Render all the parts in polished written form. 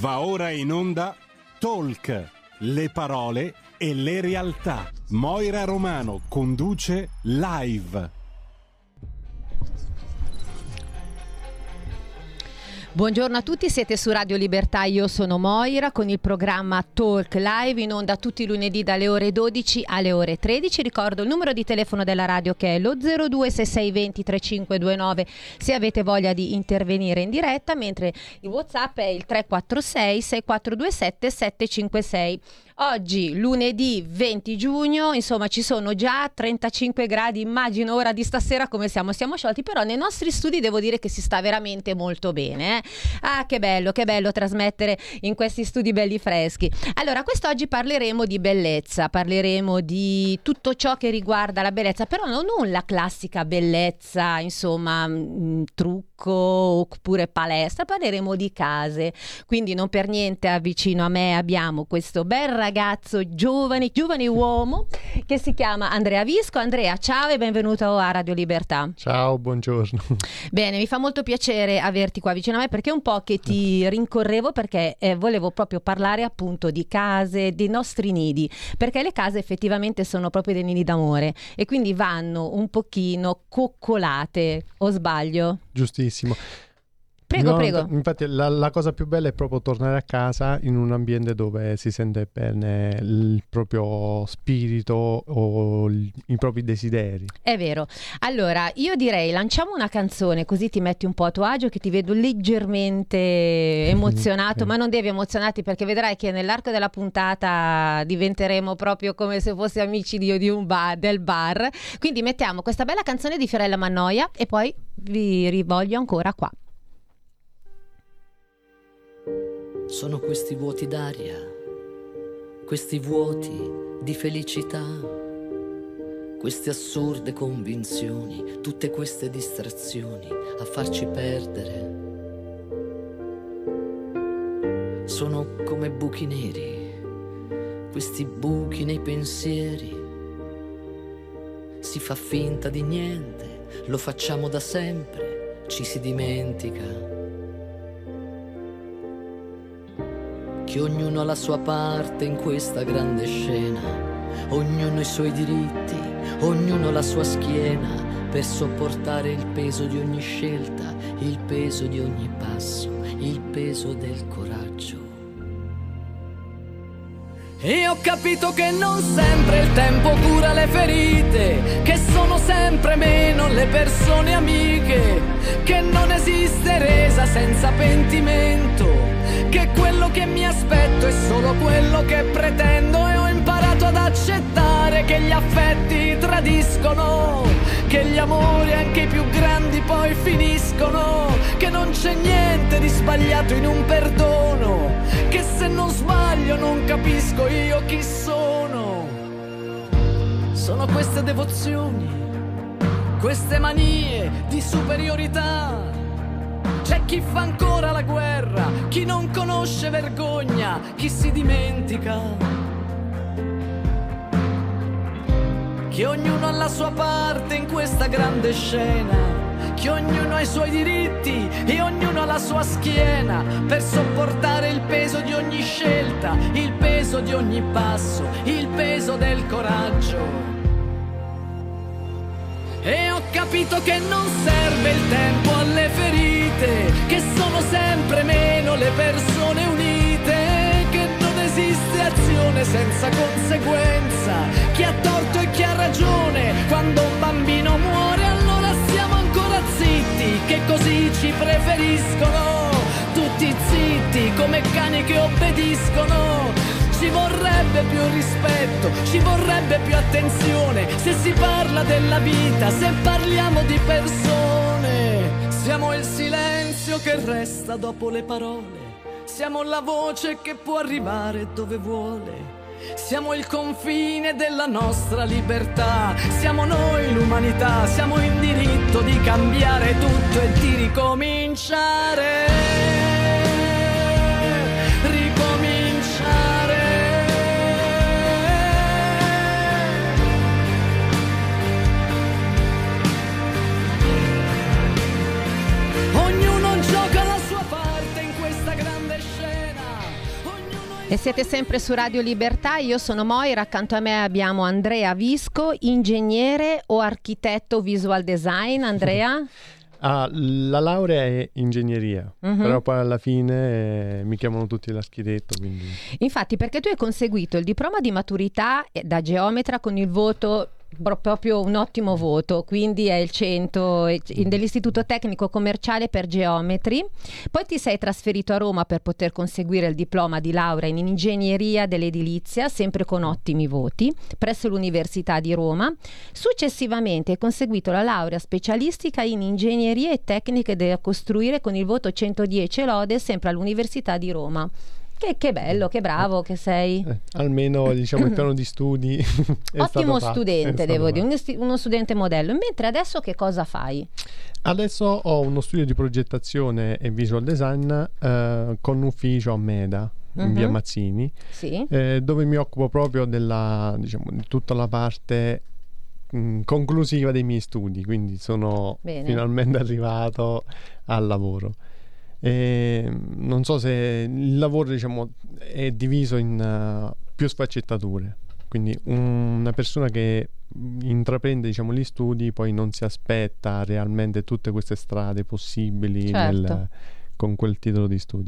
Va ora in onda Talk, le parole e le realtà. Moira Romano conduce live. Buongiorno a tutti, siete su Radio Libertà, io sono Moira con il programma Talk Live in onda tutti i lunedì dalle ore 12 alle ore 13. Ricordo il numero di telefono della radio che è lo 026620 3529 se avete voglia di intervenire in diretta, mentre il WhatsApp è il 346 6427 756. Oggi lunedì 20 giugno, insomma ci sono già 35 gradi, immagino ora di stasera come siamo sciolti, però nei nostri studi devo dire che si sta veramente molto bene. Ah, che bello trasmettere in questi studi belli freschi. Allora, quest'oggi parleremo di bellezza, parleremo di tutto ciò che riguarda la bellezza, però non la classica bellezza, insomma, trucco oppure palestra, parleremo di case. Quindi non per niente vicino a me abbiamo questo bel ragazzo giovane uomo che si chiama Andrea Visco. Andrea, ciao e benvenuto a Radio Libertà. Ciao, buongiorno. Bene, mi fa molto piacere averti qua vicino a me, perché è un po' che ti rincorrevo, perché volevo proprio parlare appunto di case, dei nostri nidi, perché le case effettivamente sono proprio dei nidi d'amore e quindi vanno un pochino coccolate, o sbaglio? Giustissimo. Prego. Infatti la cosa più bella è proprio tornare a casa in un ambiente dove si sente bene il proprio spirito o i propri desideri. È vero. Allora, io direi lanciamo una canzone così ti metti un po' a tuo agio, che ti vedo leggermente emozionato, ma non devi emozionarti perché vedrai che nell'arco della puntata diventeremo proprio come se fossi amici del bar. Quindi mettiamo questa bella canzone di Fiorella Mannoia e poi vi rivoglio ancora qua. Sono questi vuoti d'aria, questi vuoti di felicità, queste assurde convinzioni, tutte queste distrazioni a farci perdere. Sono come buchi neri, questi buchi nei pensieri. Si fa finta di niente, lo facciamo da sempre, ci si dimentica che ognuno ha la sua parte in questa grande scena, ognuno i suoi diritti, ognuno la sua schiena, per sopportare il peso di ogni scelta, il peso di ogni passo, il peso del coraggio. E ho capito che non sempre il tempo cura le ferite, che sono sempre meno le persone amiche, che non esiste resa senza pentimento, che quello che mi aspetto è solo quello che pretendo, e ho imparato ad accettare che gli affetti tradiscono, che gli amori anche i più grandi poi finiscono, che non c'è niente di sbagliato in un perdono, che se non sbaglio non capisco io chi sono. Sono queste devozioni, queste manie di superiorità. C'è chi fa ancora la guerra, chi non conosce vergogna, chi si dimentica che ognuno ha la sua parte in questa grande scena, che ognuno ha i suoi diritti e ognuno ha la sua schiena, per sopportare il peso di ogni scelta, il peso di ogni passo, il peso del coraggio. E ho capito che non serve il tempo alle ferite, che sono sempre meno le persone unite, che non esiste azione senza conseguenza, chi ha torto e chi ha ragione. Quando un bambino muore allora siamo ancora zitti, che così ci preferiscono, tutti zitti come cani che obbediscono. Ci vorrebbe più rispetto, ci vorrebbe più attenzione, se si parla della vita, se parliamo di persone. Siamo il silenzio che resta dopo le parole, siamo la voce che può arrivare dove vuole, siamo il confine della nostra libertà, siamo noi l'umanità, siamo in diritto di cambiare tutto e di ricominciare. Ognuno gioca la sua parte in questa grande scena, E siete sempre su Radio Libertà, io sono Moira, accanto a me abbiamo Andrea Visco, ingegnere o architetto visual design. Andrea? La laurea è ingegneria, però poi alla fine mi chiamano tutti l'architetto. Quindi. Infatti, perché tu hai conseguito il diploma di maturità da geometra con il voto, proprio un ottimo voto, quindi è il 100 dell'Istituto Tecnico Commerciale per Geometri. Poi ti sei trasferito a Roma per poter conseguire il diploma di laurea in ingegneria dell'edilizia, sempre con ottimi voti, presso l'Università di Roma. Successivamente hai conseguito la laurea specialistica in ingegneria e tecniche da costruire con il voto 110 lode, sempre all'Università di Roma. Che bello, che bravo che sei. Almeno diciamo il piano di studi è ottimo stato studente, devo fatto. dire, uno studente modello. Mentre adesso che cosa fai? Adesso ho uno studio di progettazione e visual design con ufficio a Meda, in via Mazzini, Sì. Dove mi occupo proprio di tutta la parte conclusiva dei miei studi, quindi sono finalmente arrivato al lavoro. Non so se il lavoro è diviso in più sfaccettature, quindi una persona che intraprende gli studi poi non si aspetta realmente tutte queste strade possibili, certo, con quel titolo di studi.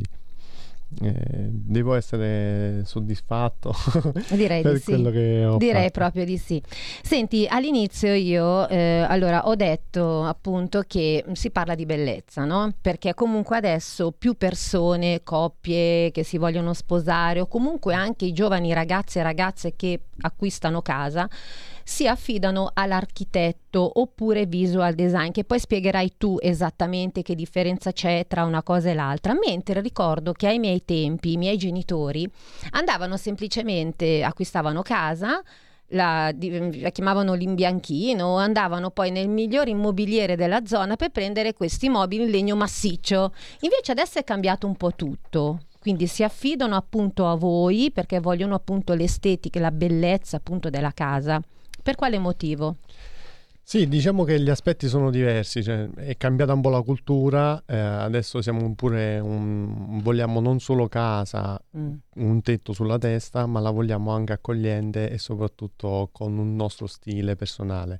Devo essere soddisfatto direi per di sì. quello che ho direi fatto. proprio di sì. Senti, all'inizio io allora ho detto appunto che si parla di bellezza, no? Perché comunque adesso più persone, coppie che si vogliono sposare o comunque anche i giovani ragazzi e ragazze che acquistano casa si affidano all'architetto oppure visual design, che poi spiegherai tu esattamente che differenza c'è tra una cosa e l'altra. Mentre ricordo che ai miei tempi i miei genitori andavano semplicemente, acquistavano casa, la chiamavano l'imbianchino, andavano poi nel miglior immobiliere della zona per prendere questi mobili in legno massiccio. Invece adesso è cambiato un po' tutto. Quindi si affidano appunto a voi perché vogliono appunto l'estetica, la bellezza appunto della casa. Per quale motivo? Sì, diciamo che gli aspetti sono diversi, è cambiata un po' la cultura, adesso siamo pure vogliamo non solo casa, un tetto sulla testa, ma la vogliamo anche accogliente e soprattutto con un nostro stile personale.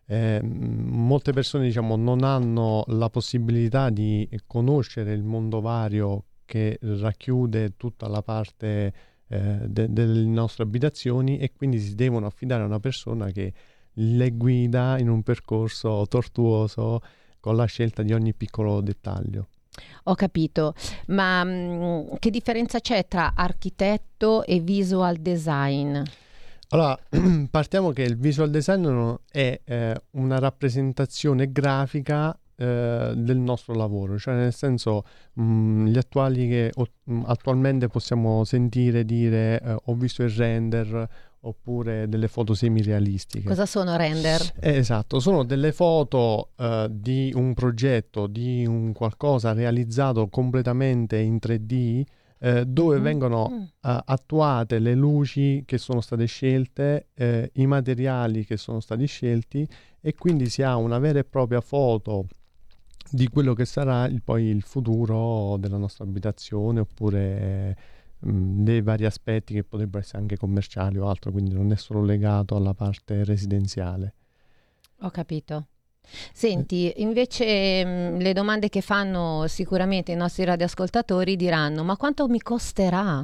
Molte persone non hanno la possibilità di conoscere il mondo vario che racchiude tutta la parte delle nostre abitazioni e quindi si devono affidare a una persona che le guida in un percorso tortuoso con la scelta di ogni piccolo dettaglio. Ho capito, ma che differenza c'è tra architetto e visual design? Allora, partiamo che il visual design è una rappresentazione grafica del nostro lavoro, cioè nel senso gli attuali che attualmente possiamo sentire dire ho visto il render oppure delle foto semi-realistiche. Cosa sono render? Esatto, sono delle foto di un progetto, di un qualcosa realizzato completamente in 3D dove vengono attuate le luci che sono state scelte, i materiali che sono stati scelti e quindi si ha una vera e propria foto di quello che sarà poi il futuro della nostra abitazione oppure dei vari aspetti che potrebbero essere anche commerciali o altro, quindi non è solo legato alla parte residenziale. Ho capito. Senti, invece le domande che fanno sicuramente i nostri radioascoltatori diranno: ma quanto mi costerà?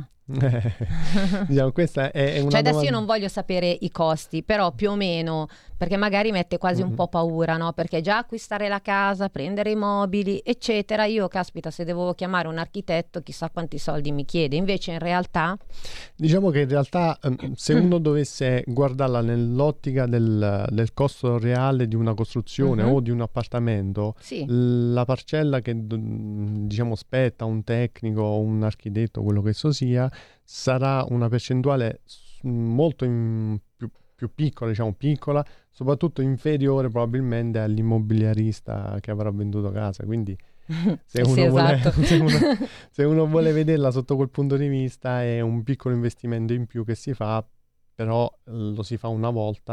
Questa è una cioè adesso domanda... io non voglio sapere i costi, però più o meno, perché magari mette quasi un po' paura, no? Perché già acquistare la casa, prendere i mobili eccetera, io caspita, se devo chiamare un architetto chissà quanti soldi mi chiede. Invece in realtà diciamo che in realtà se uno dovesse guardarla nell'ottica del costo reale di una costruzione o di un appartamento, sì, la parcella che spetta un tecnico o un architetto, quello che esso sia, sarà una percentuale molto più piccola, piccola, soprattutto inferiore probabilmente all'immobiliarista che avrà venduto casa. Quindi se uno, sì, esatto. se uno vuole vederla sotto quel punto di vista è un piccolo investimento in più che si fa, però lo si fa una volta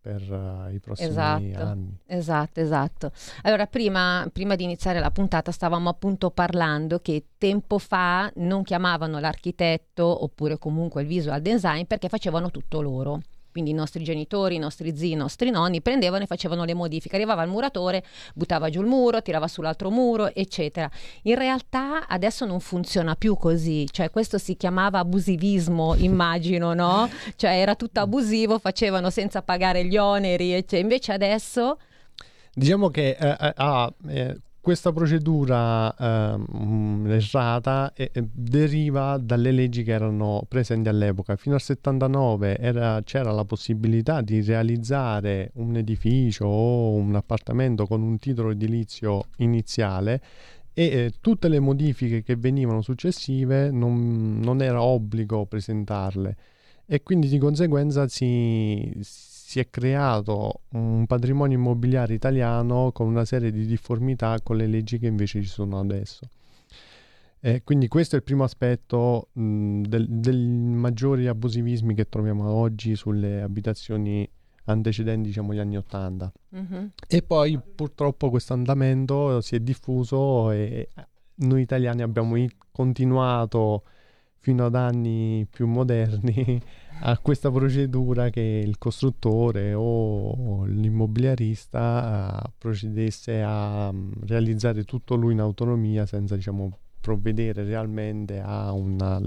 per i prossimi anni. Esatto. Allora, prima di iniziare la puntata stavamo appunto parlando che tempo fa non chiamavano l'architetto oppure comunque il visual design perché facevano tutto loro. Quindi i nostri genitori, i nostri zii, i nostri nonni prendevano e facevano le modifiche. Arrivava il muratore, buttava giù il muro, tirava sull'altro muro, eccetera. In realtà adesso non funziona più così. Cioè questo si chiamava abusivismo, immagino, no? Cioè era tutto abusivo, facevano senza pagare gli oneri, eccetera. Invece adesso... Diciamo che questa procedura errata deriva dalle leggi che erano presenti all'epoca. Fino al 79 c'era la possibilità di realizzare un edificio o un appartamento con un titolo edilizio iniziale e tutte le modifiche che venivano successive non era obbligo presentarle, e quindi di conseguenza si è creato un patrimonio immobiliare italiano con una serie di difformità con le leggi che invece ci sono adesso. Quindi questo è il primo aspetto dei maggiori abusivismi che troviamo oggi sulle abitazioni antecedenti, diciamo, gli anni '80. Mm-hmm. E poi purtroppo questo andamento si è diffuso e noi italiani abbiamo continuato fino ad anni più moderni a questa procedura che il costruttore o l'immobiliarista procedesse a realizzare tutto lui in autonomia senza, diciamo, provvedere realmente a un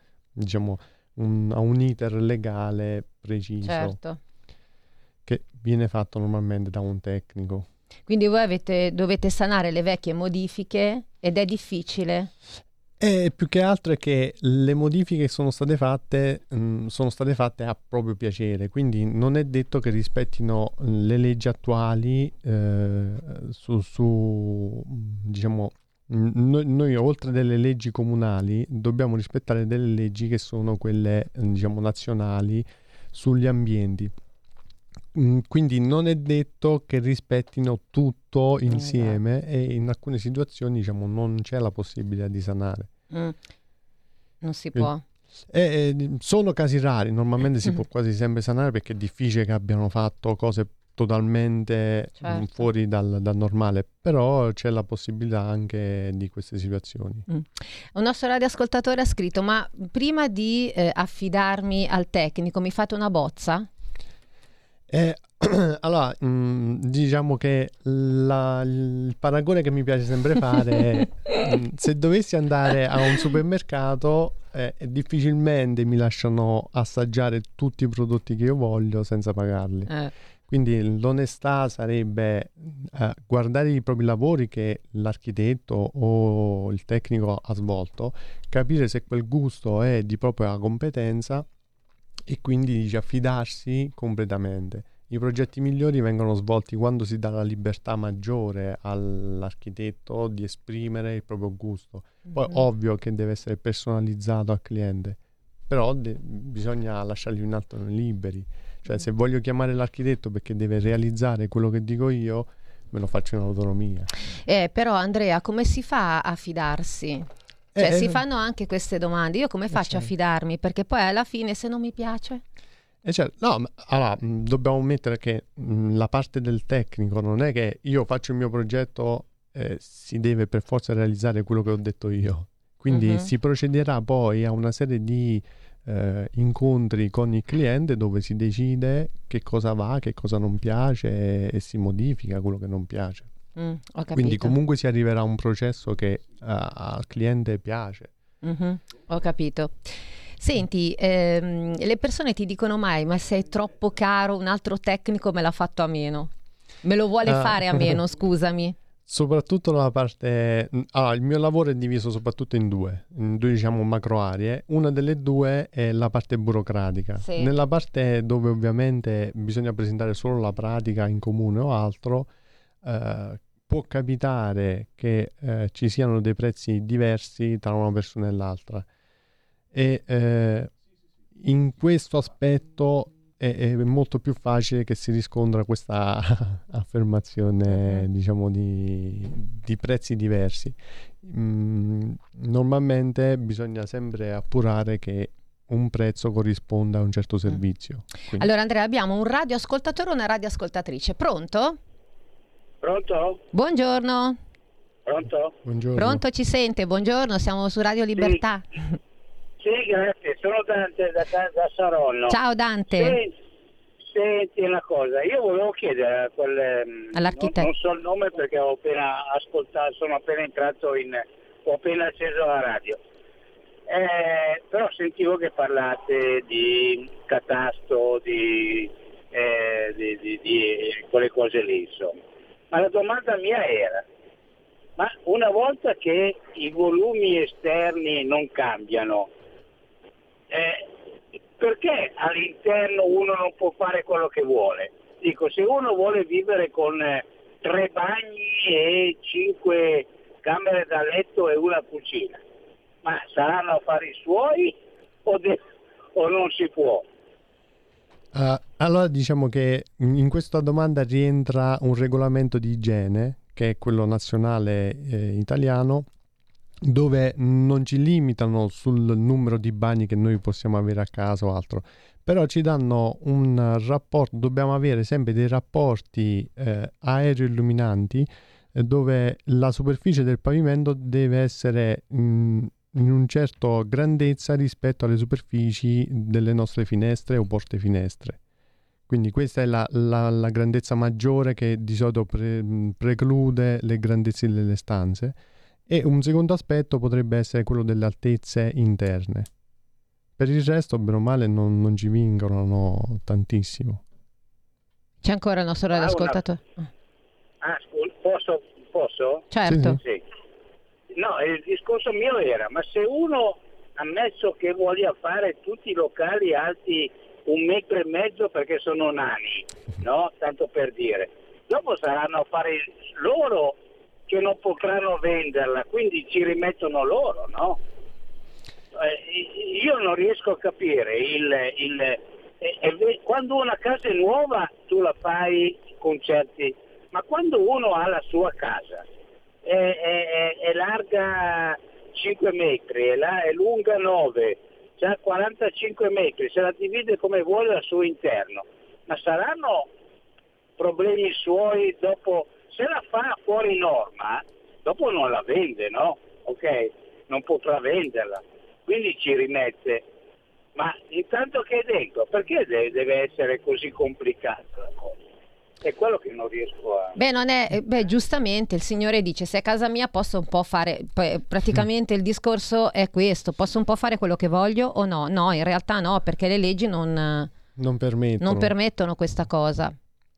iter legale preciso. Certo. Che viene fatto normalmente da un tecnico. Quindi voi dovete sanare le vecchie modifiche ed è difficile? Più che altro è che le modifiche che sono state fatte a proprio piacere, quindi non è detto che rispettino le leggi attuali. Diciamo, noi oltre delle leggi comunali dobbiamo rispettare delle leggi che sono quelle, diciamo, nazionali sugli ambienti. Quindi non è detto che rispettino tutto insieme, e in alcune situazioni, diciamo, non c'è la possibilità di sanare. Non si può. Sono casi rari, normalmente si può quasi sempre sanare perché è difficile che abbiano fatto cose totalmente fuori dal normale, però c'è la possibilità anche di queste situazioni. Un nostro radioascoltatore ha scritto: ma prima di affidarmi al tecnico mi fate una bozza? Allora, diciamo che il paragone che mi piace sempre fare è se dovessi andare a un supermercato, difficilmente mi lasciano assaggiare tutti i prodotti che io voglio senza pagarli. Quindi l'onestà sarebbe guardare i propri lavori che l'architetto o il tecnico ha svolto, capire se quel gusto è di propria competenza e quindi affidarsi completamente. I progetti migliori vengono svolti quando si dà la libertà maggiore all'architetto di esprimere il proprio gusto. Poi ovvio che deve essere personalizzato al cliente, però bisogna lasciargli un attimo liberi. Cioè, se voglio chiamare l'architetto perché deve realizzare quello che dico io, me lo faccio in autonomia. Però Andrea, come si fa a fidarsi? Cioè, si fanno anche queste domande. Io come faccio a fidarmi? Perché poi alla fine, se non mi piace... allora, dobbiamo ammettere che la parte del tecnico non è che io faccio il mio progetto, si deve per forza realizzare quello che ho detto io. Quindi si procederà poi a una serie di incontri con il cliente dove si decide che cosa va, che cosa non piace e si modifica quello che non piace. Ho capito. Quindi comunque si arriverà a un processo che al cliente piace. Ho capito. Senti, le persone ti dicono mai: ma sei troppo caro, un altro tecnico me l'ha fatto a meno, me lo vuole fare a meno, scusami. Soprattutto la parte... Allora, il mio lavoro è diviso soprattutto in due, diciamo, macro aree. Una delle due è la parte burocratica. Sì. Nella parte dove ovviamente bisogna presentare solo la pratica in comune o altro, può capitare che ci siano dei prezzi diversi tra una persona e l'altra. E in questo aspetto è molto più facile che si riscontra questa affermazione, diciamo, di prezzi diversi. Normalmente bisogna sempre appurare che un prezzo corrisponda a un certo servizio. Quindi... Allora Andrea, abbiamo un radioascoltatore e una radioascoltatrice. Pronto? Pronto? Buongiorno. Pronto? Buongiorno. Pronto, ci sente? Buongiorno, siamo su Radio Libertà. Sì, grazie, sono Dante da Saronno. Ciao Dante. Senti una cosa, io volevo chiedere a all'architetto. Non so il nome perché ho appena ascoltato, sono appena entrato ho appena acceso la radio. Però sentivo che parlate di catasto, di quelle cose lì, insomma. Ma la domanda mia era, ma una volta che i volumi esterni non cambiano, perché all'interno uno non può fare quello che vuole? Dico, se uno vuole vivere con 3 bagni e 5 camere da letto e una cucina, ma saranno affari suoi o non si può? Allora diciamo che in questa domanda rientra un regolamento di igiene, che è quello nazionale italiano, dove non ci limitano sul numero di bagni che noi possiamo avere a casa o altro, però ci danno un rapporto, dobbiamo avere sempre dei rapporti aeroilluminanti dove la superficie del pavimento deve essere in un certo grandezza rispetto alle superfici delle nostre finestre o porte finestre. Quindi questa è la grandezza maggiore che di solito preclude le grandezze delle stanze. E un secondo aspetto potrebbe essere quello delle altezze interne. Per il resto, bene o male, non ci vincono tantissimo. C'è ancora il nostro radioascoltatore? Posso? Certo. Sì. No, il discorso mio era, ma se uno, ammesso che voglia fare tutti i locali alti 1,5 metri perché sono nani, no? Tanto per dire. Dopo saranno a fare loro che non potranno venderla, quindi ci rimettono loro, no? Io non riesco a capire quando una casa è nuova tu la fai con certi, ma quando uno ha la sua casa è larga 5 metri, è lunga 9, c'ha 45 metri, se la divide come vuole al suo interno, ma saranno problemi suoi dopo? Se la fa fuori norma, dopo non la vende, no? Ok? Non potrà venderla. Quindi ci rimette. Ma intanto che è dentro, perché deve essere così complicata la cosa? È quello che non riesco a... Giustamente il signore dice, se è casa mia posso un po' fare, praticamente il discorso è questo, posso un po' fare quello che voglio o no? No, in realtà no, perché le leggi non permettono questa cosa.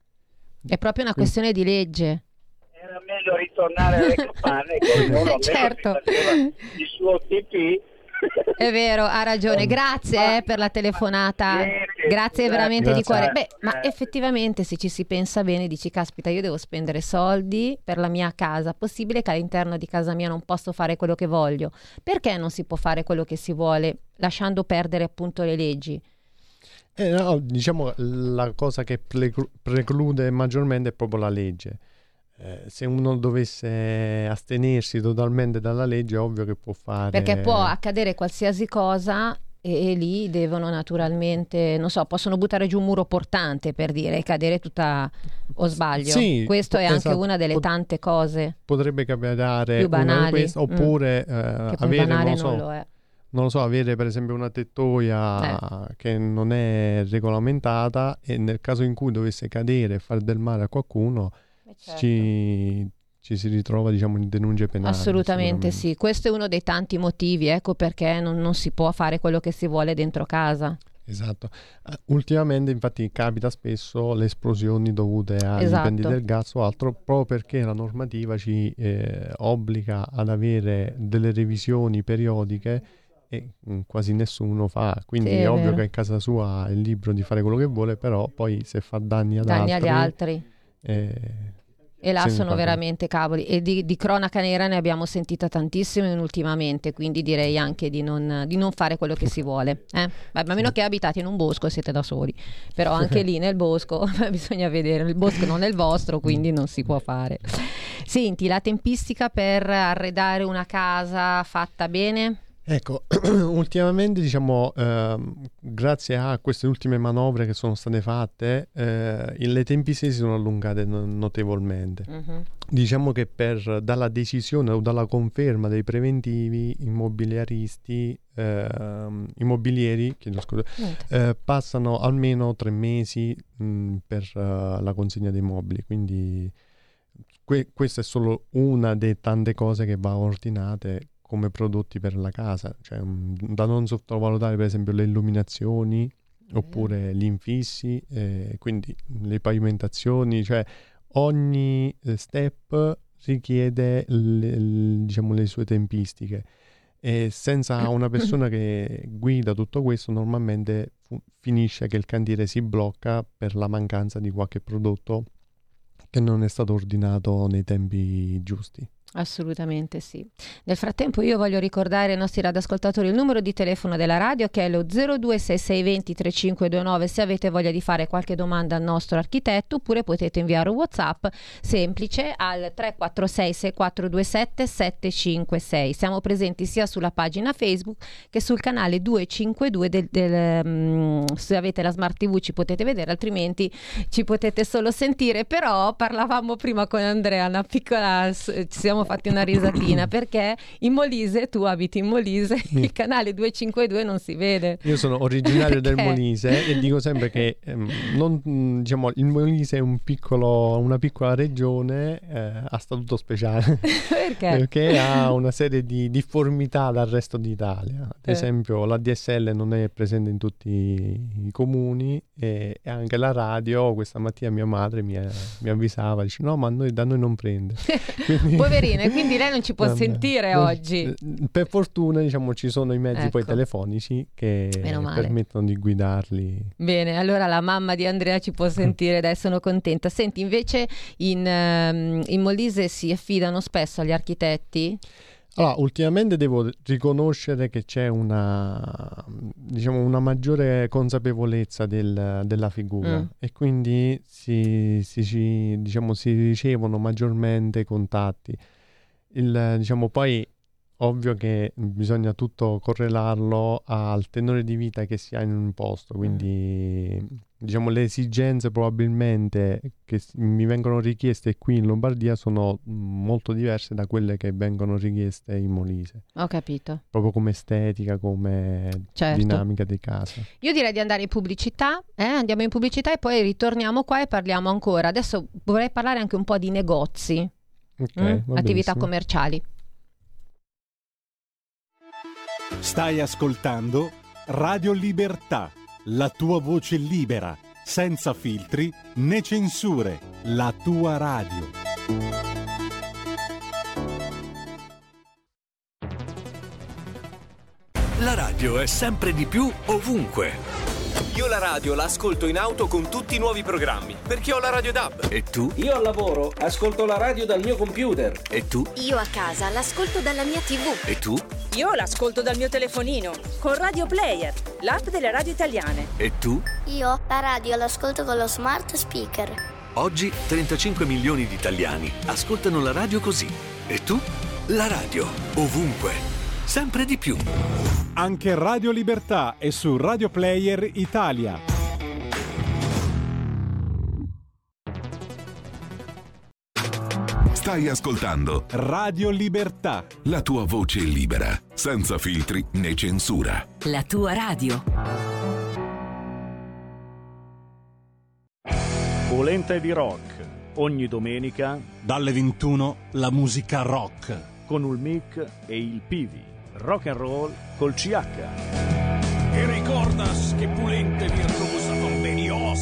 È proprio una questione di legge. Era meglio ritornare alle capanne che uno certo. Il suo TP. È vero, ha ragione. Grazie per la telefonata. Grazie veramente di cuore. Ma effettivamente se ci si pensa bene dici, caspita, io devo spendere soldi per la mia casa. Possibile che all'interno di casa mia non posso fare quello che voglio? Perché non si può fare quello che si vuole lasciando perdere appunto le leggi? No, diciamo la cosa che preclude maggiormente è proprio la legge. Se uno dovesse astenersi totalmente dalla legge è ovvio che può fare, perché può accadere qualsiasi cosa e lì devono naturalmente, non so, possono buttare giù un muro portante, per dire, e cadere tutta, o sbaglio? Sì, questo è anche una delle tante cose potrebbe capitare, più banali, oppure avere, non lo so, avere per esempio una tettoia che non è regolamentata e nel caso in cui dovesse cadere e far del male a qualcuno, certo, ci si ritrova, diciamo, in denunce penali. Assolutamente sì, questo è uno dei tanti motivi, ecco perché non si può fare quello che si vuole dentro casa. Esatto. Ultimamente infatti capita spesso le esplosioni dovute agli incendi del gas o altro, proprio perché la normativa ci obbliga ad avere delle revisioni periodiche e quasi nessuno fa, quindi è ovvio che in casa sua è libero di fare quello che vuole, però poi se fa danni agli altri e là sono veramente cavoli, e di cronaca nera ne abbiamo sentita tantissime ultimamente, quindi direi anche di non fare quello che si vuole, a meno che abitate in un bosco e siete da soli, però anche lì nel bosco bisogna vedere, il bosco non è il vostro, quindi non si può fare. Senti, la tempistica per arredare una casa fatta bene? Ecco, ultimamente diciamo grazie a queste ultime manovre che sono state fatte le tempistiche si sono allungate notevolmente. Diciamo che dalla decisione o dalla conferma dei preventivi immobiliari, chiedo scusa, passano almeno 3 mesi per la consegna dei mobili, quindi questa è solo una delle tante cose che va ordinate come prodotti per la casa, cioè da non sottovalutare per esempio le illuminazioni oppure gli infissi, quindi le pavimentazioni, cioè ogni step richiede diciamo le sue tempistiche, e senza una persona che guida tutto questo normalmente finisce che il cantiere si blocca per la mancanza di qualche prodotto che non è stato ordinato nei tempi giusti. Assolutamente sì. Nel frattempo io voglio ricordare ai nostri radioascoltatori il numero di telefono della radio, che è lo 026620 3529, se avete voglia di fare qualche domanda al nostro architetto, oppure potete inviare un WhatsApp semplice al 346 6427 756. Siamo presenti sia sulla pagina Facebook che sul canale 252 se avete la Smart TV ci potete vedere, altrimenti ci potete solo sentire. Però parlavamo prima con Andrea, una piccola, ci siamo fatti una risatina perché in Molise, tu abiti in Molise, il canale 252 non si vede. Io sono originario del Molise e dico sempre che diciamo, il Molise è una piccola regione a statuto speciale. Perché ha una serie di difformità dal resto d'Italia. Ad esempio la DSL non è presente in tutti i comuni, e anche la radio. Questa mattina mia madre mi avvisava, dice no, ma da noi non prende. Poverina, quindi lei non ci può sentire oggi. Per fortuna diciamo ci sono i mezzi poi telefonici che permettono di guidarli. Bene, allora la mamma di Andrea ci può sentire, dai, sono contenta. Senti, invece in Molise si affidano spesso agli architetti? Allora, ultimamente devo riconoscere che c'è una maggiore consapevolezza della figura, e quindi si ricevono maggiormente contatti. Poi ovvio che bisogna tutto correlarlo al tenore di vita che si ha in un posto, quindi le esigenze probabilmente che mi vengono richieste qui in Lombardia sono molto diverse da quelle che vengono richieste in Molise. Ho capito. Proprio come estetica, come dinamica di casa. Io direi di andare in pubblicità, andiamo in pubblicità e poi ritorniamo qua e parliamo ancora. Adesso vorrei parlare anche un po' di negozi, attività commerciali. Stai ascoltando Radio Libertà, la tua voce libera, senza filtri né censure, la tua radio. La radio è sempre di più ovunque. Io la radio la ascolto in auto con tutti i nuovi programmi, perché ho la radio DAB. E tu? Io al lavoro ascolto la radio dal mio computer. E tu? Io a casa l'ascolto dalla mia TV. E tu? Io l'ascolto dal mio telefonino, con Radio Player, l'app delle radio italiane. E tu? Io la radio l'ascolto con lo smart speaker. Oggi 35 milioni di italiani ascoltano la radio così. E tu? La radio, ovunque, sempre di più. Anche Radio Libertà è su Radio Player Italia. Stai ascoltando Radio Libertà, la tua voce libera, senza filtri né censura. La tua radio. Polenta di rock, ogni domenica dalle 21 la musica rock con il Mic e il Pivi. Rock and roll col CH. E ricordas che Pulente virtuosa convenios.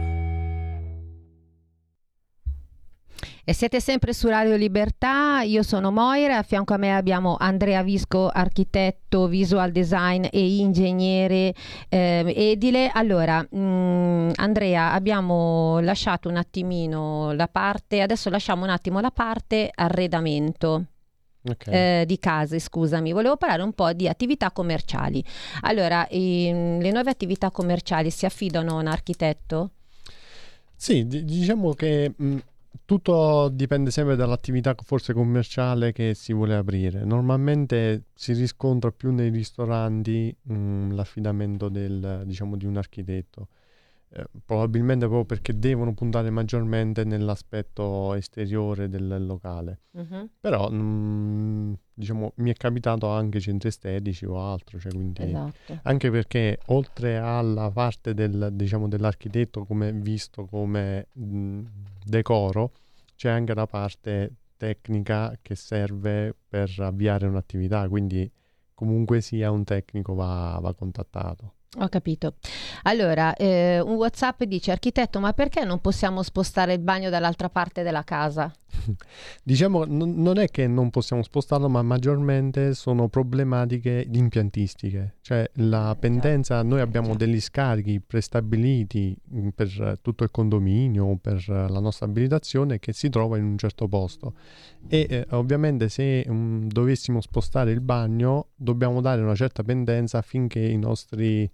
E siete sempre su Radio Libertà, io sono Moira, a fianco a me abbiamo Andrea Visco, architetto, visual design e ingegnere edile. Allora, Andrea, abbiamo lasciato un attimino la parte, adesso lasciamo un attimo la parte arredamento. Okay. Di case, scusami, volevo parlare un po' di attività commerciali. Allora, le nuove attività commerciali si affidano a un architetto? Sì, diciamo che tutto dipende sempre dall'attività forse commerciale che si vuole aprire. Normalmente si riscontra più nei ristoranti l'affidamento di un architetto. Probabilmente proprio perché devono puntare maggiormente nell'aspetto esteriore del locale. Però mi è capitato anche centri estetici o altro, cioè quindi Esatto. anche perché oltre alla parte dell'architetto visto come decoro, c'è anche la parte tecnica che serve per avviare un'attività, quindi comunque sia un tecnico va contattato. Ho capito. Allora, un WhatsApp dice: architetto, ma perché non possiamo spostare il bagno dall'altra parte della casa? Diciamo, non è che non possiamo spostarlo, ma maggiormente sono problematiche impiantistiche. Cioè la pendenza, noi abbiamo degli scarichi prestabiliti per tutto il condominio o per la nostra abitazione che si trova in un certo posto. E ovviamente se dovessimo spostare il bagno dobbiamo dare una certa pendenza affinché i nostri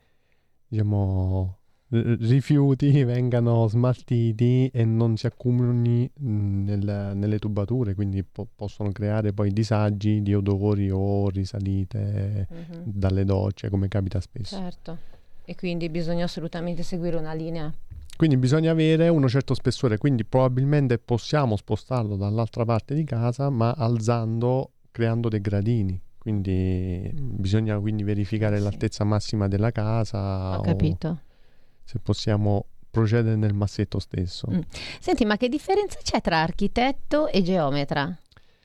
rifiuti vengano smaltiti e non si accumulino nelle tubature, quindi possono creare poi disagi di odori o risalite dalle docce, come capita spesso. Certo, e quindi bisogna assolutamente seguire una linea. Quindi bisogna avere uno certo spessore, quindi probabilmente possiamo spostarlo dall'altra parte di casa, ma creando dei gradini. Quindi bisogna verificare l'altezza massima della casa. Ho capito. Se possiamo procedere nel massetto stesso. Senti, ma che differenza c'è tra architetto e geometra?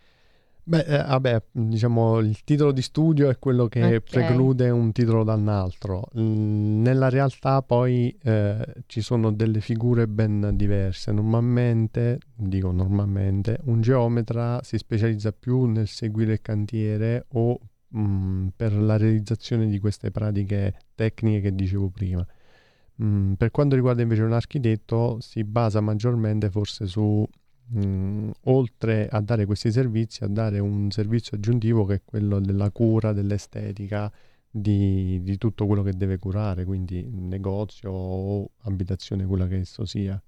Il titolo di studio è quello che preclude un titolo da un altro. Nella realtà poi ci sono delle figure ben diverse. Normalmente, un geometra si specializza più nel seguire il cantiere o per la realizzazione di queste pratiche tecniche che dicevo prima. Per quanto riguarda invece un architetto, si basa maggiormente forse su oltre a dare questi servizi, a dare un servizio aggiuntivo che è quello della cura, dell'estetica di tutto quello che deve curare, quindi negozio o abitazione, quella che esso sia.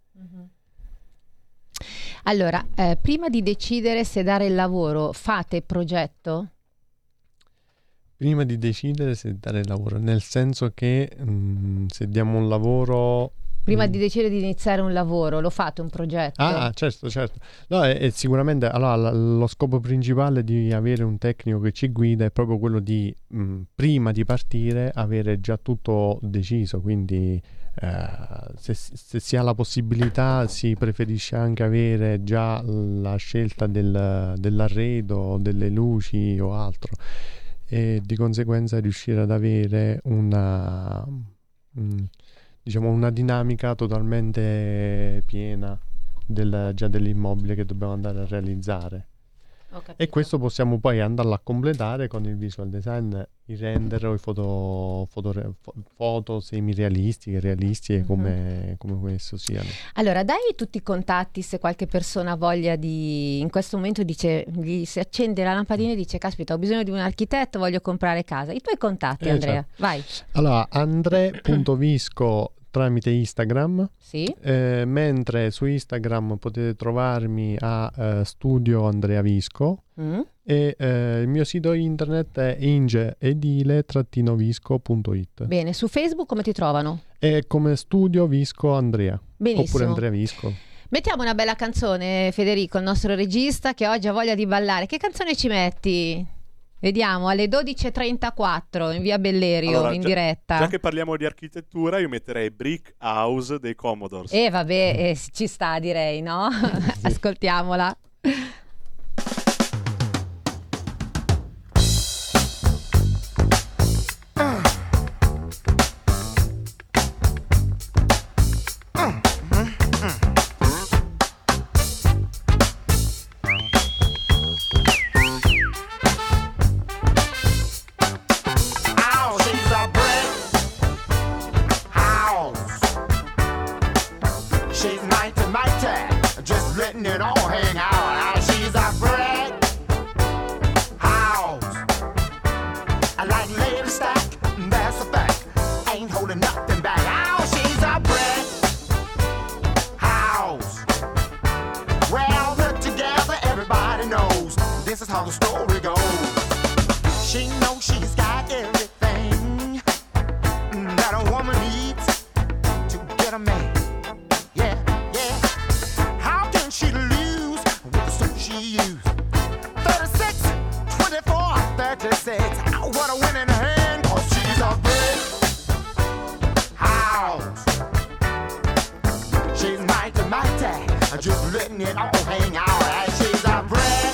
Allora, prima di decidere se dare il lavoro, fate progetto? Prima di decidere se dare il lavoro, nel senso che se diamo un lavoro... Prima di decidere di iniziare un lavoro, lo fate un progetto? Certo. No, è sicuramente lo scopo principale di avere un tecnico che ci guida è proprio quello di, prima di partire, avere già tutto deciso. Quindi se si ha la possibilità si preferisce anche avere già la scelta dell'arredo, delle luci o altro. E di conseguenza riuscire ad avere una dinamica totalmente piena già dell'immobile che dobbiamo andare a realizzare. E questo possiamo poi andarlo a completare con il visual design, i render o i foto semi-realistiche, realistiche come questo siano. Allora, dai tutti i contatti se qualche persona ha voglia in questo momento gli si accende la lampadina e dice: caspita, ho bisogno di un architetto, voglio comprare casa. I tuoi contatti, Andrea, certo. Vai. Allora, andre.visco tramite Instagram, sì. Mentre su Instagram potete trovarmi a Studio Andrea Visco e il mio sito internet è ingeedile-visco.it. Bene, su Facebook come ti trovano? È come Studio Visco Andrea. Benissimo. Oppure Andrea Visco. Mettiamo una bella canzone, Federico, il nostro regista che oggi ha voglia di ballare. Che canzone ci metti? Vediamo, alle 12.34 in via Bellerio, in diretta. Già che parliamo di architettura, io metterei Brick House dei Commodores. Vabbè, ci sta, direi, no? Sì. Ascoltiamola. She's 90, just letting it all hang out. She's letting it all hang out. And she's a brick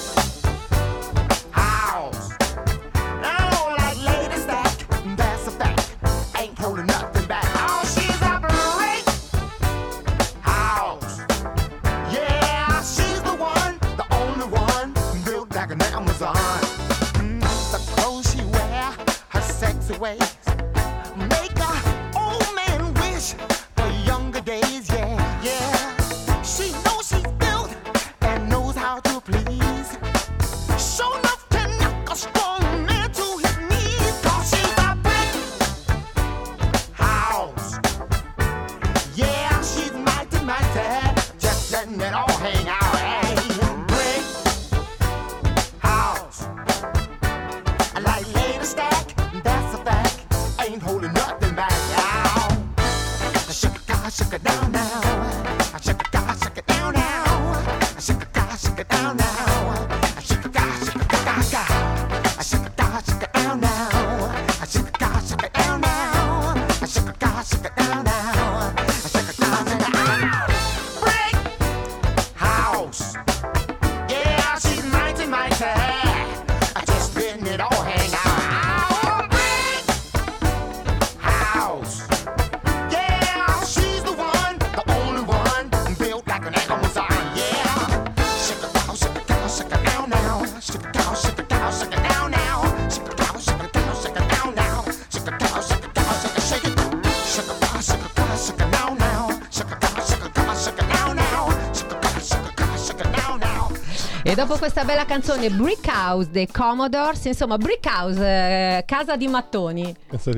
house. Oh, like lady stack, that's a fact. Ain't holding nothing back. Oh, she's a brick house. Yeah, she's the one, the only one, built like an Amazon. The clothes she wear, her sexy ways, make a old man wish for younger days. Yeah, yeah. She knows she's built and knows how to please. Show enough to knock a strong man to his knees. 'Cause she's a brick house. Yeah, she's mighty, mighty, just letting it all hang out. Hey, brick house. I like lady stack, that's a fact. Ain't holding nothing back. Now, shake it down now. Shake it down now. Shake it down now. Shake it down now. Shake it down now. Shake it down now. Shake it down now. Brick house. Yeah, she's mighty, mighty. Just letting it all hang out. Brick house. Yeah, she's the one, the only one, built like an Amazon. Yeah. Shake it down now. Shake it down now. Shake it down now. Shake it down now. Shake it down now. Shake it now now. Shake it now now. Shake it now now. E dopo questa bella canzone Brick House dei Commodores, insomma Brick House, casa di mattoni. Sì.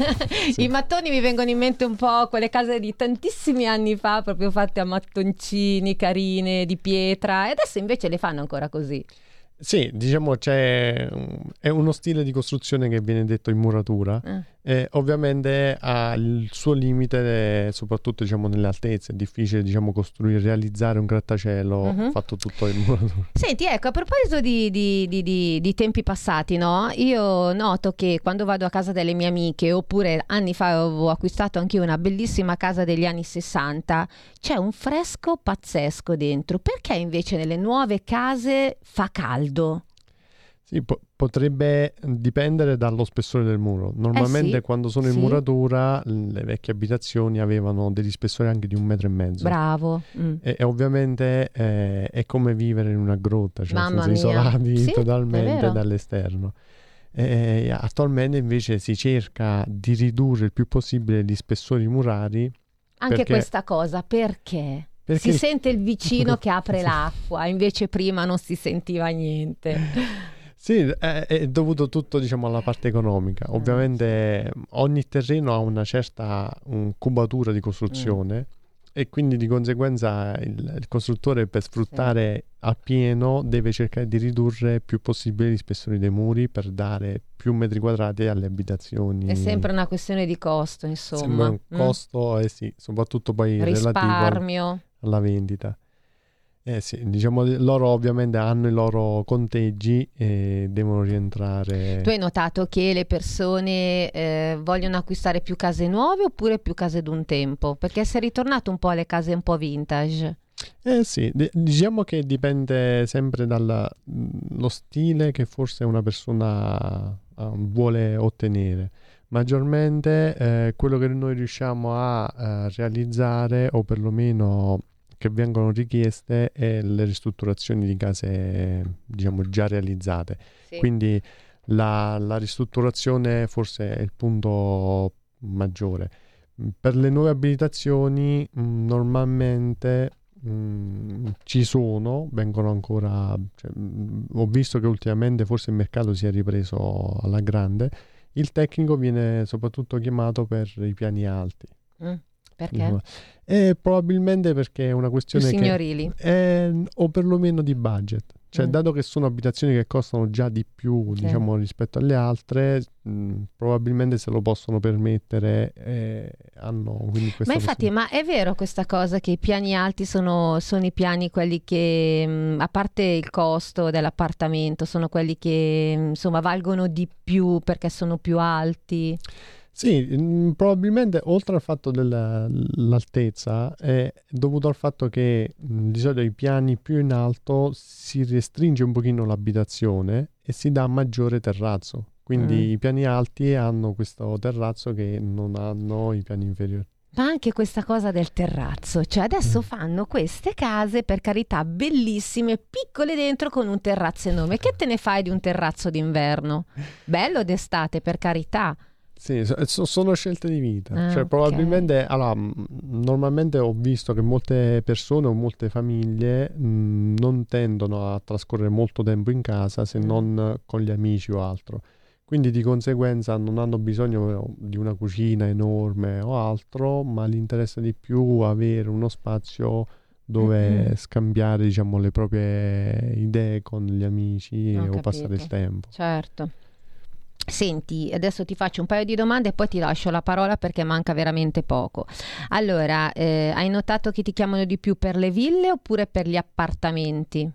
I mattoni mi vengono in mente un po' quelle case di tantissimi anni fa, proprio fatte a mattoncini, carine, di pietra, e adesso invece le fanno ancora così. Sì, diciamo è uno stile di costruzione che viene detto in muratura, e ovviamente ha il suo limite, soprattutto diciamo nelle altezze. È difficile realizzare un grattacielo fatto tutto in muratura. Senti, ecco, a proposito di tempi passati, no? Io noto che quando vado a casa delle mie amiche, oppure anni fa avevo acquistato anche io una bellissima casa degli anni 60, c'è un fresco pazzesco dentro. Perché invece nelle nuove case fa caldo? Sì, potrebbe dipendere dallo spessore del muro. Normalmente quando sono in muratura le vecchie abitazioni avevano degli spessori anche di 1,5 metri. Bravo. E ovviamente è come vivere in una grotta, cioè Mamma mia. isolati totalmente è vero. dall'esterno. Attualmente invece si cerca di ridurre il più possibile gli spessori murari. Anche questa cosa, perché? Perché si sente il vicino che apre l'acqua, invece prima non si sentiva niente. Sì, è dovuto tutto alla parte economica. Ovviamente ogni terreno ha una certa cubatura di costruzione e quindi di conseguenza il costruttore, per sfruttare appieno, deve cercare di ridurre più possibile gli spessori dei muri per dare più metri quadrati alle abitazioni. È sempre una questione di costo, insomma. Sembra un costo, soprattutto poi risparmio alla vendita. Sì, loro ovviamente hanno i loro conteggi e devono rientrare. Tu hai notato che le persone vogliono acquistare più case nuove oppure più case d'un tempo? Perché si è ritornato un po' alle case un po' vintage. Sì, diciamo che dipende sempre dallo stile che forse una persona vuole ottenere. Maggiormente quello che noi riusciamo a realizzare, o perlomeno che vengono richieste, è le ristrutturazioni di case già realizzate. Quindi la ristrutturazione forse è il punto maggiore. Per le nuove abilitazioni normalmente ci vengono ancora, ho visto che ultimamente forse il mercato si è ripreso alla grande. Il tecnico viene soprattutto chiamato per i piani alti. Perché? Probabilmente perché è una questione signorili. O perlomeno di budget. Dato che sono abitazioni che costano già di più, rispetto alle altre, probabilmente se lo possono permettere, hanno quindi questa. Ma infatti, ma è vero questa cosa che i piani alti sono i piani quelli che, a parte il costo dell'appartamento, sono quelli che valgono di più perché sono più alti? Sì, probabilmente oltre al fatto dell'altezza è dovuto al fatto che di solito i piani più in alto si restringe un pochino l'abitazione e si dà maggiore terrazzo. Quindi i piani alti hanno questo terrazzo che non hanno i piani inferiori. Ma anche questa cosa del terrazzo, cioè adesso fanno queste case, per carità, bellissime, piccole dentro con un terrazzo enorme. Che te ne fai di un terrazzo d'inverno? Bello d'estate, per carità. Sì, sono scelte di vita. Cioè, probabilmente, allora, normalmente ho visto che molte persone o molte famiglie non tendono a trascorrere molto tempo in casa se non con gli amici o altro. Quindi di conseguenza non hanno bisogno di una cucina enorme o altro, ma gli interessa di più avere uno spazio dove scambiare, diciamo, le proprie idee con gli amici o passare il tempo. Certo. Senti, adesso ti faccio un paio di domande e poi ti lascio la parola perché manca veramente poco. Allora, hai notato che ti chiamano di più per le ville oppure per gli appartamenti?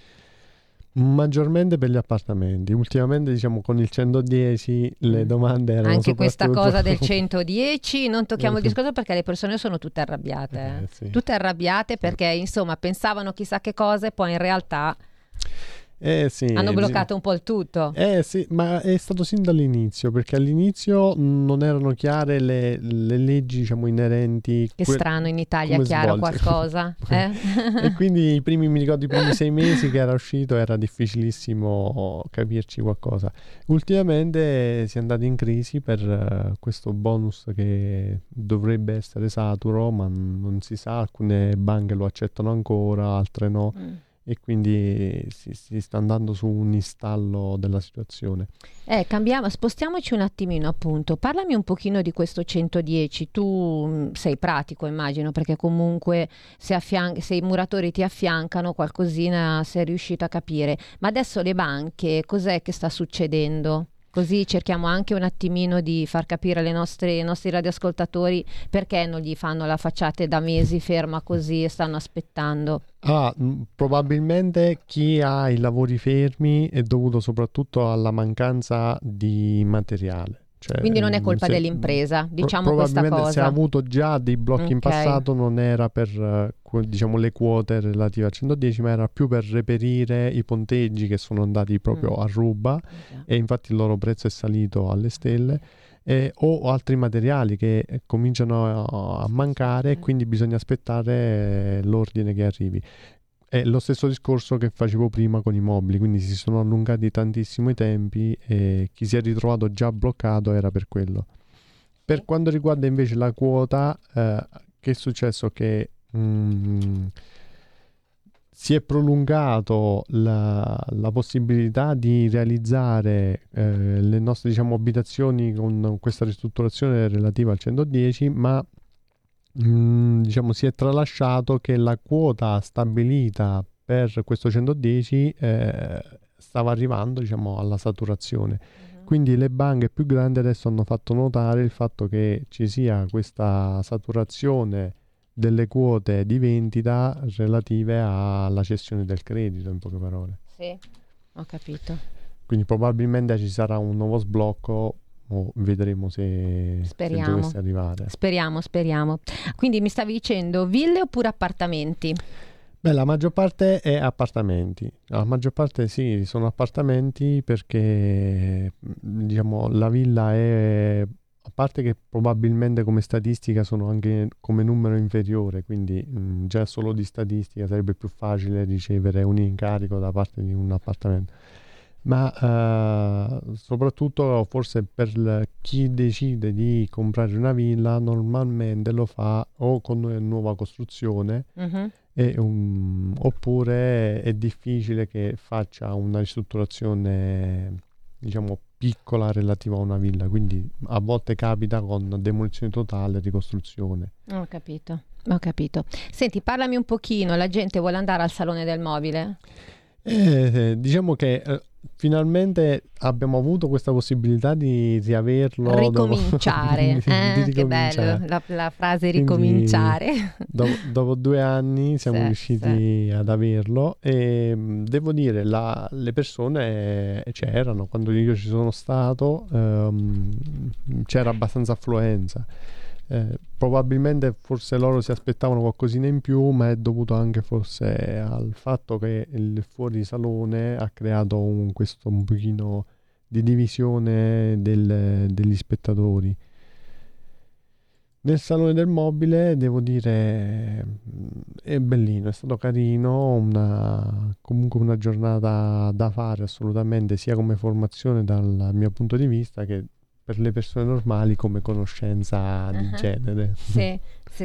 Maggiormente per gli appartamenti. Ultimamente, diciamo, con il 110 le domande erano anche questa cosa del 110 110 non tocchiamo il discorso perché le persone sono tutte arrabbiate. Sì. Tutte arrabbiate perché insomma pensavano chissà che cose, poi in realtà sì, hanno bloccato un po' il tutto. Sì, ma è stato sin dall'inizio, perché all'inizio non erano chiare le leggi, diciamo, inerenti. Che strano, in Italia chiaro qualcosa. E quindi mi ricordo i primi 6 mesi che era uscito era difficilissimo capirci qualcosa. Ultimamente si è andati in crisi per questo bonus che dovrebbe essere saturo, ma non si sa, alcune banche lo accettano ancora, altre no. E quindi si sta andando su un installo della situazione. Spostiamoci un attimino, appunto. Parlami un pochino di questo 110. Tu sei pratico, immagino, perché comunque se i muratori ti affiancano qualcosina sei riuscito a capire. Ma adesso le banche, cos'è che sta succedendo? Così cerchiamo anche un attimino di far capire ai nostri radioascoltatori perché non gli fanno la facciata da mesi ferma così e stanno aspettando. Probabilmente chi ha i lavori fermi è dovuto soprattutto alla mancanza di materiale. Cioè, quindi non è colpa dell'impresa, diciamo questa cosa. Probabilmente se ha avuto già dei blocchi in passato non era per diciamo le quote relative al 110, ma era più per reperire i ponteggi che sono andati proprio a ruba e infatti il loro prezzo è salito alle stelle, o altri materiali che cominciano a mancare e quindi bisogna aspettare l'ordine che arrivi. È lo stesso discorso che facevo prima con i mobili, quindi si sono allungati tantissimo i tempi e chi si è ritrovato già bloccato era per quello. Per quanto riguarda invece la quota, che è successo? Che si è prolungato la possibilità di realizzare le nostre, diciamo, abitazioni con questa ristrutturazione relativa al 110, ma diciamo si è tralasciato che la quota stabilita per questo 110 stava arrivando, diciamo, alla saturazione. Quindi le banche più grandi adesso hanno fatto notare il fatto che ci sia questa saturazione delle quote di vendita relative alla cessione del credito, in poche parole. Sì, ho capito. Quindi probabilmente ci sarà un nuovo sblocco. Vedremo se dovesse arrivare. Speriamo. Quindi mi stavi dicendo ville oppure appartamenti? Beh, la maggior parte è appartamenti. La maggior parte sì, sono appartamenti perché diciamo la villa è, a parte che probabilmente come statistica sono anche come numero inferiore, quindi già solo di statistica sarebbe più facile ricevere un incarico da parte di un appartamento. Ma soprattutto forse per chi decide di comprare una villa normalmente lo fa o con una nuova costruzione oppure è difficile che faccia una ristrutturazione, diciamo, piccola relativa a una villa, quindi a volte capita con demolizione totale e ricostruzione. Ho capito. Senti, parlami un pochino, la gente vuole andare al Salone del Mobile? Diciamo che finalmente abbiamo avuto questa possibilità di riaverlo. Ricominciare, di che bello la frase ricominciare. Dopo 2 anni siamo riusciti ad averlo, e devo dire le persone c'erano quando io ci sono stato, c'era abbastanza affluenza. Probabilmente forse loro si aspettavano qualcosina in più, ma è dovuto anche forse al fatto che il fuorisalone ha creato un pochino di divisione degli spettatori. Nel salone del mobile devo dire è bellino, è stato carino, comunque una giornata da fare assolutamente, sia come formazione dal mio punto di vista che per le persone normali come conoscenza di genere. Sì.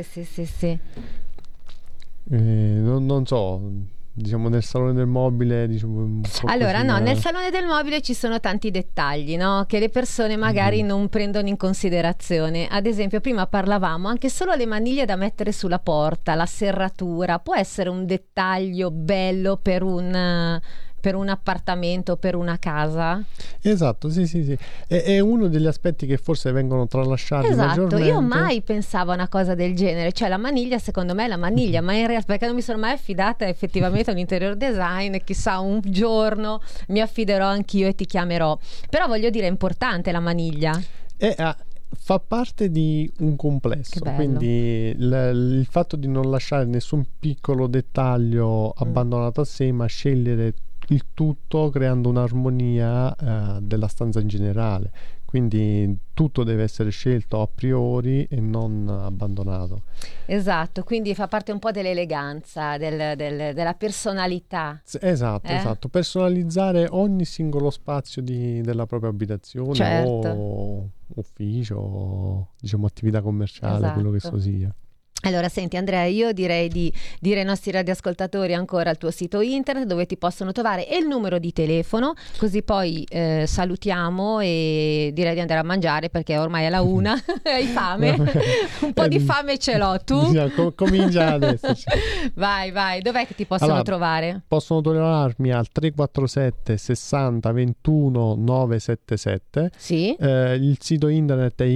Non so, diciamo nel salone del mobile, diciamo un po'. Allora nel salone del mobile ci sono tanti dettagli, no? Che le persone magari non prendono in considerazione. Ad esempio, prima parlavamo anche solo le maniglie da mettere sulla porta, la serratura può essere un dettaglio bello per un appartamento, per una casa. Esatto, sì. È uno degli aspetti che forse vengono tralasciati maggiormente. Io mai pensavo a una cosa del genere, cioè la maniglia secondo me è la maniglia, ma in realtà perché non mi sono mai affidata effettivamente a un interior design, chissà un giorno mi affiderò anch'io e ti chiamerò. Però voglio dire, è importante la maniglia. Fa parte di un complesso, quindi il fatto di non lasciare nessun piccolo dettaglio abbandonato a sé, ma scegliere il tutto creando un'armonia della stanza in generale. Quindi tutto deve essere scelto a priori e non abbandonato. Esatto, quindi fa parte un po' dell'eleganza, della personalità. Esatto. Personalizzare ogni singolo spazio della propria abitazione o ufficio, o, diciamo attività commerciale, quello che so sia. Allora, senti Andrea, io direi di dire ai nostri radioascoltatori ancora il tuo sito internet dove ti possono trovare e il numero di telefono, così poi salutiamo e direi di andare a mangiare perché ormai è la 1. Hai fame? Un po' di fame ce l'ho, tu? Comincia adesso. Vai, dov'è che ti possono trovare? Possono trovarmi al 347 60 21 977. Sì. Il sito internet è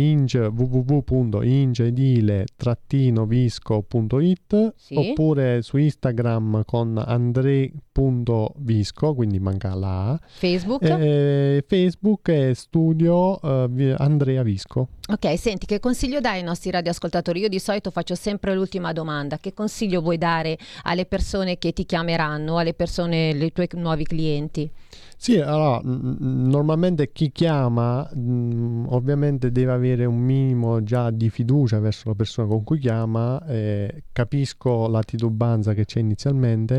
www.ingedile-visco.it, oppure su Instagram con andre.visco, quindi manca la A. Facebook è studio Andrea Visco. Ok, senti, che consiglio dai ai nostri radioascoltatori? Io di solito faccio sempre l'ultima domanda: che consiglio vuoi dare alle persone che ti chiameranno, alle persone, ai tuoi nuovi clienti? Sì, allora normalmente chi chiama ovviamente deve avere un minimo già di fiducia verso la persona con cui chiama. Capisco la titubanza che c'è inizialmente,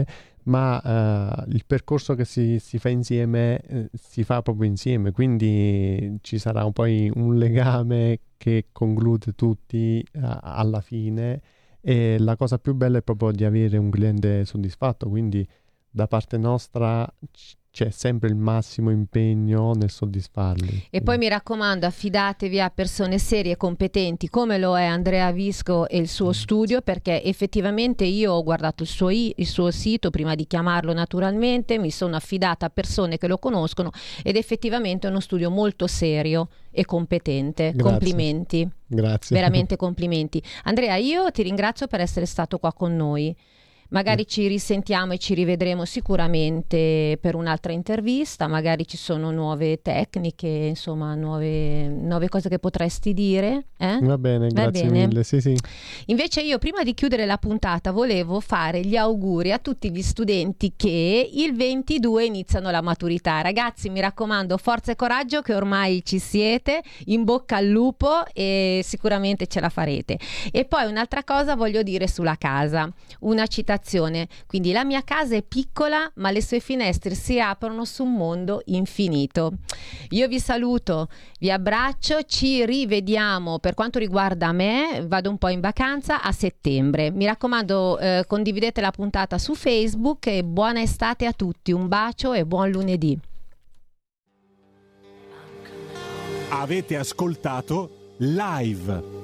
ma il percorso che si fa insieme si fa proprio insieme, quindi ci sarà poi un legame che conclude tutti alla fine, e la cosa più bella è proprio di avere un cliente soddisfatto, quindi da parte nostra c'è sempre il massimo impegno nel soddisfarli. E poi mi raccomando, affidatevi a persone serie e competenti come lo è Andrea Visco e il suo studio, perché effettivamente io ho guardato il suo sito prima di chiamarlo, naturalmente mi sono affidata a persone che lo conoscono ed effettivamente è uno studio molto serio e competente. Grazie. Complimenti. Grazie. Veramente complimenti. Andrea, io ti ringrazio per essere stato qua con noi. Magari ci risentiamo e ci rivedremo sicuramente per un'altra intervista, magari ci sono nuove tecniche, insomma nuove cose che potresti dire. Va bene, grazie mille. Sì. Invece io prima di chiudere la puntata volevo fare gli auguri a tutti gli studenti che il 22 iniziano la maturità. Ragazzi, mi raccomando, forza e coraggio che ormai ci siete, in bocca al lupo e sicuramente ce la farete. E poi un'altra cosa voglio dire sulla casa, una citazione. Quindi la mia casa è piccola ma le sue finestre si aprono su un mondo infinito. Io vi saluto, vi abbraccio, ci rivediamo per quanto riguarda me, vado un po' in vacanza a settembre. Mi raccomando, condividete la puntata su Facebook e buona estate a tutti, un bacio e buon lunedì. Avete ascoltato Live.